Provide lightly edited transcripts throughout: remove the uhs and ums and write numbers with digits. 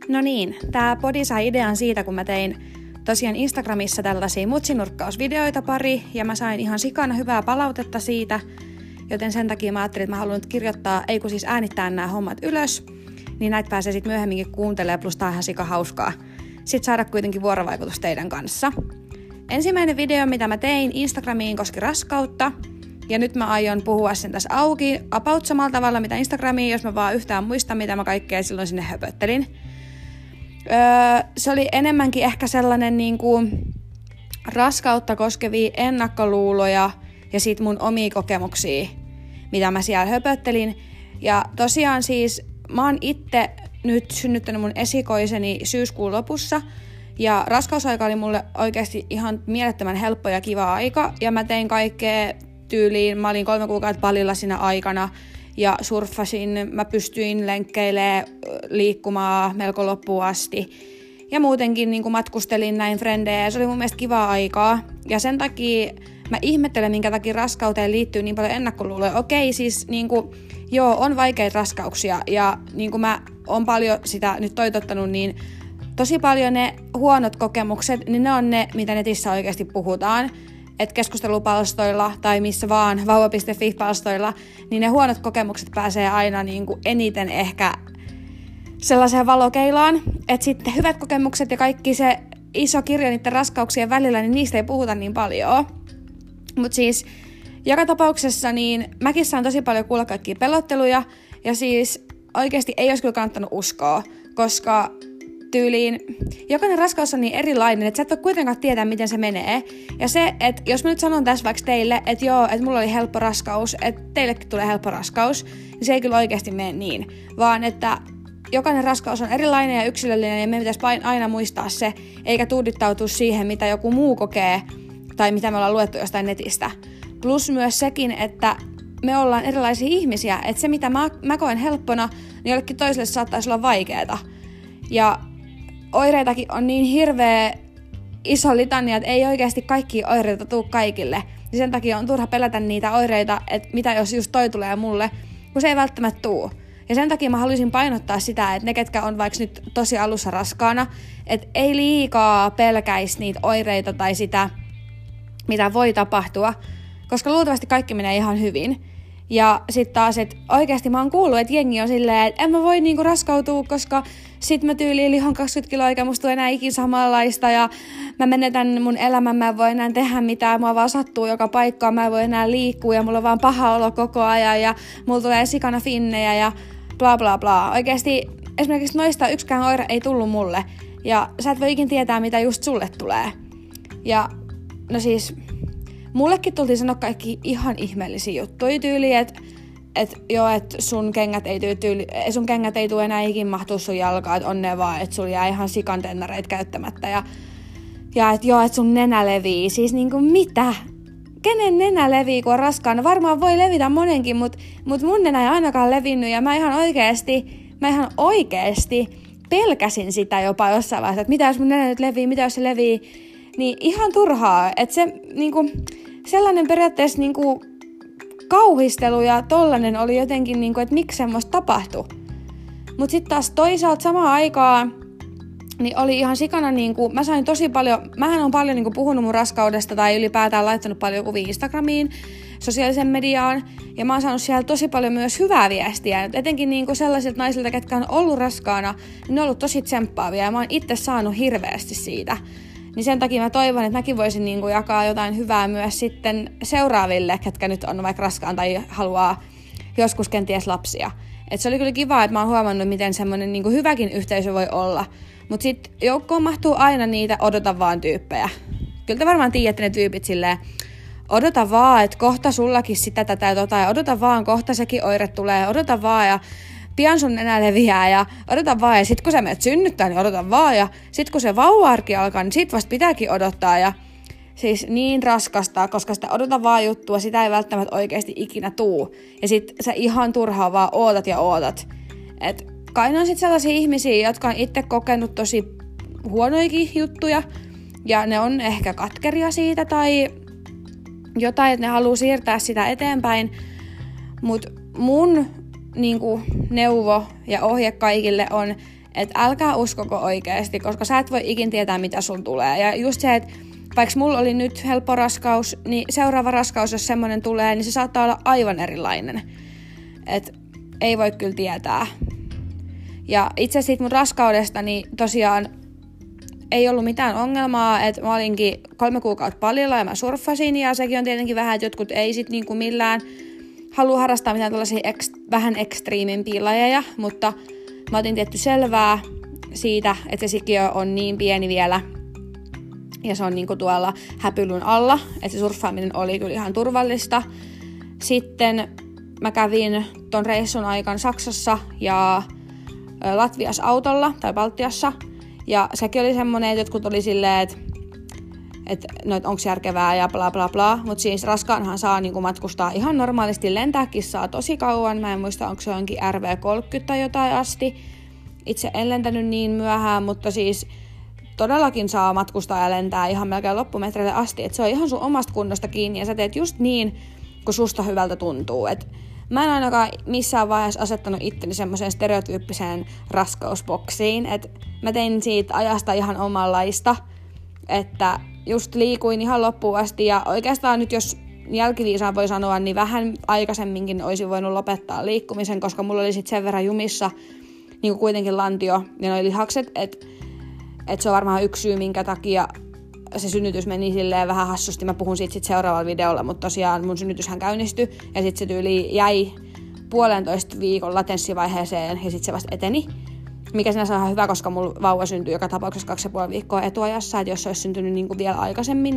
No niin, tää podi sai idean siitä, kun mä tein tosiaan Instagramissa tällaisia mutsinurkkausvideoita pari, ja mä sain ihan sikana hyvää palautetta siitä, joten sen takia mä ajattelin, että mä haluan nyt kirjoittaa, ei kun siis äänittää nämä hommat ylös, niin näitä pääsee sitten myöhemminkin kuuntelemaan, plus tää on ihan sika hauskaa. Sitten saada kuitenkin vuorovaikutus teidän kanssa. Ensimmäinen video, mitä mä tein Instagramiin, koski raskautta, ja nyt mä aion puhua sen tässä auki, about samalla tavalla mitä Instagramiin, jos mä vaan yhtään muistan, mitä mä kaikkea silloin sinne höpöttelin. Se oli enemmänkin ehkä sellainen niinku raskautta koskevia ennakkoluuloja ja sit mun omia kokemuksia, mitä mä siellä höpöttelin. Ja tosiaan siis mä oon itse nyt synnyttänyt mun esikoiseni syyskuun lopussa, ja raskausaika oli mulle oikeasti ihan mielettömän helppo ja kiva aika, ja mä tein kaikkea tyyliin, mä olin 3 kuukautta palilla siinä aikana, ja surffasin, mä pystyin lenkkeilemään, liikkumaan melko loppuun asti. Ja muutenkin niin matkustelin näin frendejä, ja se oli mun mielestä kivaa aikaa. Ja sen takia mä ihmettelen, minkä takia raskauteen liittyy niin paljon ennakkoluuloja. Okei, siis niin kuin, joo, on vaikeita raskauksia, ja niin kuin mä oon paljon sitä nyt toitottanut, niin tosi paljon ne huonot kokemukset, niin ne on ne, mitä netissä oikeasti puhutaan. Että keskustelupalstoilla tai missä vaan vauva.fi-palstoilla, niin ne huonot kokemukset pääsee aina niin kuin eniten ehkä sellaiseen valokeilaan. Että sitten hyvät kokemukset ja kaikki se iso kirjo niiden raskauksien välillä, niin niistä ei puhuta niin paljon. Mutta siis joka tapauksessa niin mäkin saan tosi paljon kuulla kaikkia pelotteluja, ja siis oikeasti ei olisi kyllä kannattanut uskoa, koska tyyliin jokainen raskaus on niin erilainen, että sä et voi kuitenkaan tietää, miten se menee. Ja se, että jos mä nyt sanon tässä vaikka teille, että joo, että mulla oli helppo raskaus, että teillekin tulee helppo raskaus, niin se ei kyllä oikeasti mene niin. Vaan että jokainen raskaus on erilainen ja yksilöllinen, ja meidän pitäisi aina muistaa se, eikä tuudittautua siihen, mitä joku muu kokee, tai mitä me ollaan luettu jostain netistä. Plus myös sekin, että me ollaan erilaisia ihmisiä, että se, mitä mä koen helppona, niin jollekin toiselle saattaisi olla vaikeeta. Ja oireitakin on niin hirveä iso litania, että ei oikeasti kaikkia oireita tule kaikille. Ja sen takia on turha pelätä niitä oireita, että mitä jos just toi tulee mulle, kun se ei välttämättä tuu. Ja sen takia mä haluaisin painottaa sitä, että ne, ketkä on vaikka nyt tosi alussa raskaana, että ei liikaa pelkäisi niitä oireita tai sitä, mitä voi tapahtua, koska luultavasti kaikki menee ihan hyvin. Ja sit taas, että oikeasti mä oon kuullut, että jengi on silleen, että en mä voi niinku raskautua, koska sit mä tyyliin lihon 20 kiloa eikä musta tule enää ikin samanlaista, ja mä menetän mun elämän, mä en voi enää tehdä mitään, mua vaan sattuu joka paikkaan, mä en voi enää liikkua, ja mulla on vaan paha olo koko ajan, ja mulla tulee sikana finnejä, ja bla bla bla. Oikeasti esimerkiksi noista yksikään oire ei tullut mulle, ja sä et voi ikin tietää, mitä just sulle tulee. Ja no siis mullekin tultiin sanoa kaikki ihan ihmeellisiä juttuja tyyliin, että sun kengät ei tule enää ikin mahtua sun jalkaan, että on ne vaan, että sulla jää ihan sikantennareita käyttämättä, ja että sun nenä levii. Siis niinku mitä? Kenen nenä levii, kun on raskaana? Varmaan voi levitä monenkin, mut mun nenä ei ainakaan levinnyt, ja mä ihan oikeesti pelkäsin sitä jopa jossain vaiheessa, että mitä jos mun nenä nyt levii, mitä jos se levii, niin ihan turhaa, että se niinku sellainen periaatteessa niinku kauhistelu ja tollanen oli jotenkin niinku, että miksi semmoista tapahtui. Mut sit taas toisaalta samaan aikaan niin oli ihan sikana niinku, mä sain tosi paljon, mähän on paljon niinku puhunut mun raskaudesta tai ylipäätään laittanut paljon kuvia Instagramiin, sosiaaliseen mediaan, ja mä oon saanut siellä tosi paljon myös hyvää viestiä, etenkin niinku sellaisilta naisilta, ketkä on ollut raskaana, niin ne on ollut tosi tsemppaavia, ja mä oon itse saanut hirveästi siitä. Niin sen takia mä toivon, että mäkin voisin niinku jakaa jotain hyvää myös sitten seuraaville, ketkä nyt on vaikka raskaan tai haluaa joskus kenties lapsia. Et se oli kyllä kiva, että mä oon huomannut, miten semmoinen niinku hyväkin yhteisö voi olla. Mut sit joukkoon mahtuu aina niitä odota vaan tyyppejä. Kyllä te varmaan tiedätte ne tyypit silleen, odota vaan, että kohta sullakin sitä tätä ja tota, ja odota vaan, kohta sekin oire tulee, odota vaan, ja pian sun nenä leviää, ja odota vaan, ja sit kun sä menet synnyttää, niin odota vaan, ja sit kun se vauva-arki alkaa, niin sit vasta pitääkin odottaa, ja siis niin raskasta, koska sitä odota vaan juttua, sitä ei välttämättä oikeasti ikinä tuu, ja sit sä ihan turhaa vaan ootat ja ootat. Et kai ne on sit sellaisia ihmisiä, jotka on itse kokenut tosi huonoikin juttuja, ja ne on ehkä katkeria siitä, tai jotain, että ne haluaa siirtää sitä eteenpäin, mut mun neuvo ja ohje kaikille on, Että älkää uskoko oikeasti, koska sä et voi ikin tietää, mitä sun tulee. Ja just se, että vaikka mulla oli nyt helppo raskaus, niin seuraava raskaus, jos semmoinen tulee, niin se saattaa olla aivan erilainen. Että ei voi kyllä tietää. Ja itse siitä mun raskaudesta, niin tosiaan ei ollut mitään ongelmaa, että mä olinkin 3 kuukautta paljolla ja mä surffasin, ja sekin on tietenkin vähän, että jotkut ei sit niinku millään halua harrastaa mitään tällaisia vähän ekstriimimpiä lajeja, mutta mä otin tietty selvää siitä, että se sikiö on niin pieni vielä, ja se on niinku tuolla häpylyn alla, että se surffaaminen oli kyllä ihan turvallista. Sitten mä kävin ton reissun aikaan Saksassa ja Latviassa autolla, tai Baltiassa, ja sekin oli semmoinen, että jotkut oli silleen, että onko järkevää ja bla bla bla, mutta siis raskaanhan saa niinku matkustaa ihan normaalisti, lentääkin saa tosi kauan, mä en muista onko se onkin RV30 tai jotain asti, itse en lentänyt niin myöhään, mutta siis todellakin saa matkustaa ja lentää ihan melkein loppumetreille asti, että se on ihan sun omasta kunnosta kiinni ja sä teet just niin, kun susta hyvältä tuntuu, että mä en ainakaan missään vaiheessa asettanut itteni semmoiseen stereotyyppiseen raskausboksiin, että mä tein siitä ajasta ihan omanlaista, että just liikuin ihan loppuun asti ja oikeastaan nyt jos jälkiviisaan voi sanoa, niin vähän aikaisemminkin olisin voinut lopettaa liikkumisen, koska mulla oli sit sen verran jumissa niin kuin kuitenkin lantio ja noi lihakset, että se on varmaan yksi syy, minkä takia se synnytys meni silleen vähän hassusti. Mä puhun siitä sit seuraavalla videolla, mutta tosiaan mun synnytyshän käynnistyi ja sitten se tyyli jäi 1,5 viikon latenssivaiheeseen ja sitten se vasta eteni. Mikä sinänsä on ihan hyvä, koska mulla vauva syntyi joka tapauksessa 2,5 viikkoa etuajassa, että jos se olisi syntynyt niin kuin vielä aikaisemmin,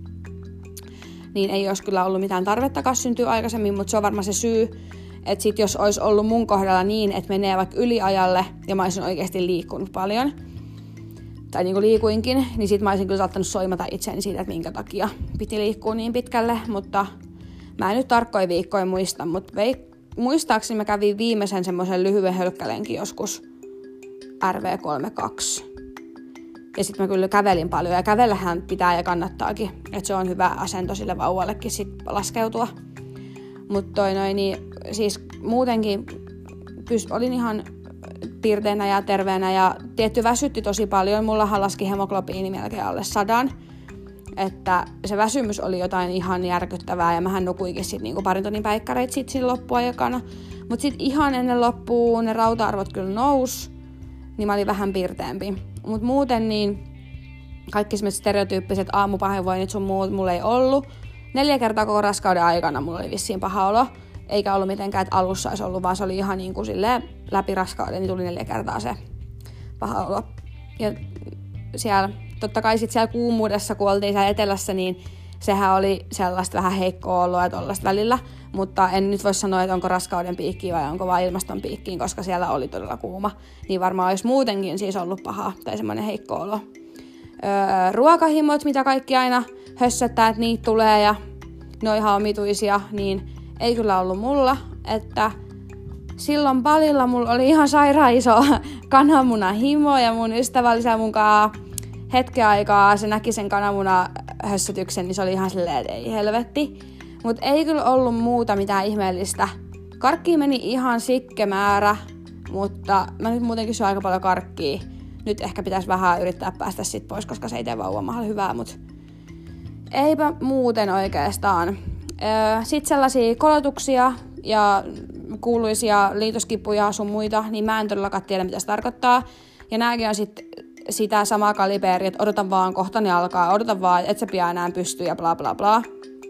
niin ei olisi kyllä ollut mitään tarvettakaan syntyä aikaisemmin, mutta se on varmaan se syy, että sit jos olisi ollut mun kohdalla niin, että menee vaikka yliajalle ja mä olisin oikeasti liikkunut paljon, tai niin kuin liikuinkin, niin sit mä olisin kyllä saattanut soimata itseäni siitä, että minkä takia piti liikkua niin pitkälle, mutta mä en nyt tarkkoja viikkoja muista, mutta muistaakseni mä kävin viimeisen semmoisen lyhyen hölkkälenkin joskus RV32. Ja sit mä kyllä kävelin paljon, ja kävellähän pitää ja kannattaakin, että se on hyvä asento sille vauvallekin sit laskeutua. Mutta niin siis muutenkin olin ihan pirteänä ja terveenä ja tietty väsytti tosi paljon. Mullahan laski hemoglobiini melkein alle 100. Että se väsymys oli jotain ihan järkyttävää ja mähän nukuikin sit niinku parin tonnin päikkäreitä sit siinä loppuaikana. Mut sit ihan ennen loppuun ne rauta-arvot kyllä nousi, niin mä olin vähän pirteempi. Mut muuten niin kaikki semmoiset stereotyyppiset aamupahoinvoinnit sun muut mulla ei ollut. 4 kertaa koko raskauden aikana mulla oli vissiin paha olo. Eikä ollut mitenkään, että alussa olisi ollut, vaan se oli ihan niin kuin silleen läpi raskauden, niin tuli 4 kertaa se paha olo. Ja siellä, totta kai sit siellä kuumuudessa, kun oltiin siellä etelässä, niin sehän oli sellaista vähän heikkoa oloa ja tollaista välillä. Mutta en nyt voi sanoa, että onko raskauden piikkiä vai onko vaan ilmaston piikkiin, koska siellä oli todella kuuma. Niin varmaan olisi muutenkin siis ollut paha tai semmoinen heikko olo. Ruokahimot, mitä kaikki aina hössöttää, että niitä tulee ja ne on ihan omituisia, niin ei kyllä ollut mulla, että silloin palilla mulla oli ihan sairaan iso kananmunahimo ja mun ystävä oli siellä munkaan hetken aikaa, se näki sen kananmunahössötyksen, niin se oli ihan silleen, että ei helvetti. Mut ei kyllä ollut muuta mitään ihmeellistä. Karkkia meni ihan sikke määrä, mutta mä nyt muutenkin syön aika paljon karkkia. Nyt ehkä pitäisi vähän yrittää päästä sit pois, koska se ei tee vauvan hyvää, mut eipä muuten oikeastaan. Sitten sellaisia kolotuksia ja kuuluisia liitoskipuja sun muita, niin mä en todellakaan tiedä, mitä se tarkoittaa. Ja nääkin on sitten sitä samaa kaliberia, että odotan vaan, kohta ne alkaa, odotan vaan, et sä pian enää pysty ja bla bla bla.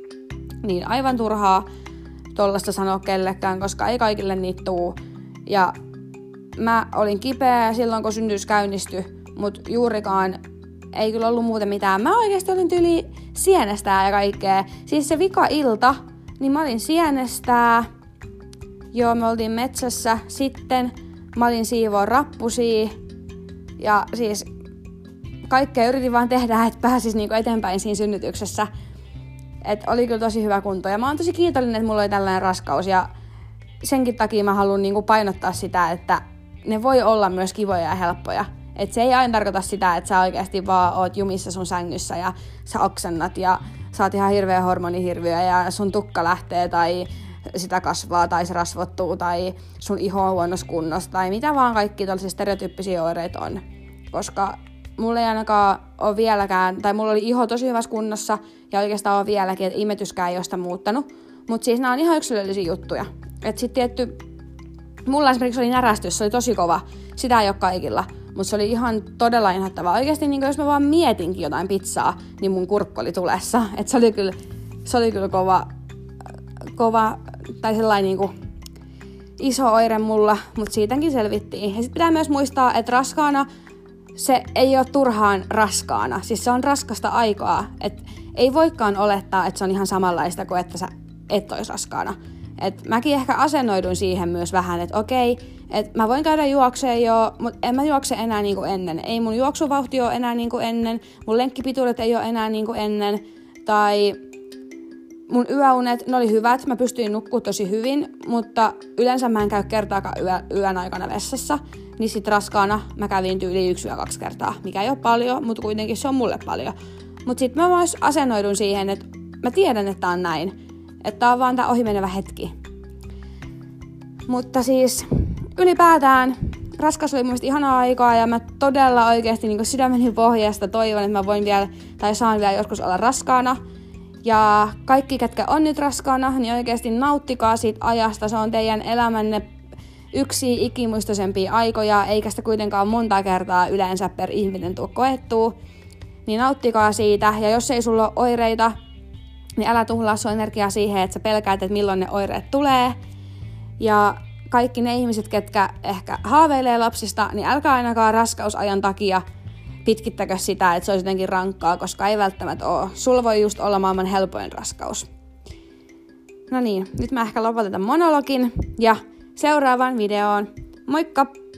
Niin aivan turhaa tollasta sanoa kellekään, koska ei kaikille niitä tuu. Ja mä olin kipeä silloin, kun synnytys käynnistyi, mutta juurikaan ei kyllä ollut muuten mitään. Mä oikeasti olin tyyli sienestää ja kaikkea. Siis se vika-ilta, niin mä olin sienestää. Joo, me oltiin metsässä. Sitten mä olin siivoa rappusia. Ja siis kaikkea yritin vaan tehdä, että pääsis niinku eteenpäin siinä synnytyksessä. Et oli kyllä tosi hyvä kunto. Ja mä oon tosi kiitollinen, että mulla oli tällainen raskaus. Ja senkin takia mä haluan niinku painottaa sitä, että ne voi olla myös kivoja ja helppoja. Et se ei aina tarkoita sitä, että sä oikeasti vaan oot jumissa sun sängyssä ja sä oksennat ja sä oot ihan hirveä hormonihirviö ja sun tukka lähtee tai sitä kasvaa tai se rasvottuu tai sun iho on huonossa kunnossa tai mitä vaan kaikki tällaisia stereotyyppisiä oireita on. Koska mulla ei ainakaan ole vieläkään, tai mulla oli iho tosi hyvässä kunnossa ja oikeastaan on vieläkin, että imetyskään ei ole sitä muuttanut. Mutta siis nämä on ihan yksilöllisiä juttuja. Että sit tietty, mulla esimerkiksi oli närästys, se oli tosi kova. Sitä ei ole kaikilla, mutta se oli ihan todella inhottavaa. Oikeasti niin jos mä vaan mietinkin jotain pizzaa, niin mun kurkku oli tulessa. Että se oli kyllä kova tai sellainen niinku iso oire mulla, mutta siitäkin selvittiin. Ja sitten pitää myös muistaa, että raskaana se ei ole turhaan raskaana. Siis se on raskasta aikaa. Et ei voikaan olettaa, että se on ihan samanlaista kuin että sä et ois raskaana. Et mäkin ehkä asennoidun siihen myös vähän, että okei, että mä voin käydä juokseen jo, mutta en mä juokse enää niin kuin ennen. Ei mun juoksuvauhti ole enää niin kuin ennen, mun lenkkipituudet ei ole enää niin kuin ennen, tai mun yöunet, ne oli hyvät, mä pystyin nukkumaan tosi hyvin, mutta yleensä mä en käy kertaakaan yön aikana vessassa, niin sit raskaana mä kävin tyyli 1-2 kertaa, mikä ei ole paljon, mutta kuitenkin se on mulle paljon. Mutta sit mä myös asennoidun siihen, että mä tiedän, että tää on näin, että tää on vaan tää ohimenevä hetki. Mutta siis ylipäätään raskas oli mun mielestä ihanaa aikaa ja mä todella oikeasti niin sydämeni pohjasta toivon, että mä voin vielä tai saan vielä joskus olla raskaana. Ja kaikki, ketkä on nyt raskaana, niin oikeasti nauttikaa siitä ajasta. Se on teidän elämänne yksi ikimuistoisempia aikoja, eikä sitä kuitenkaan monta kertaa yleensä per ihminen tuo koettua. Niin nauttikaa siitä, ja jos ei sulla ole oireita, niin älä tuhlaa sun energiaa siihen, että sä pelkäät, että milloin ne oireet tulee. Ja kaikki ne ihmiset, ketkä ehkä haaveilee lapsista, niin älkää ainakaan raskausajan takia pitkittäkö sitä, että se olisi jotenkin rankkaa, koska ei välttämättä ole. Sulla voi just olla maailman helpoin raskaus. No niin, nyt mä ehkä lopetan monologin ja seuraavaan videoon. Moikka!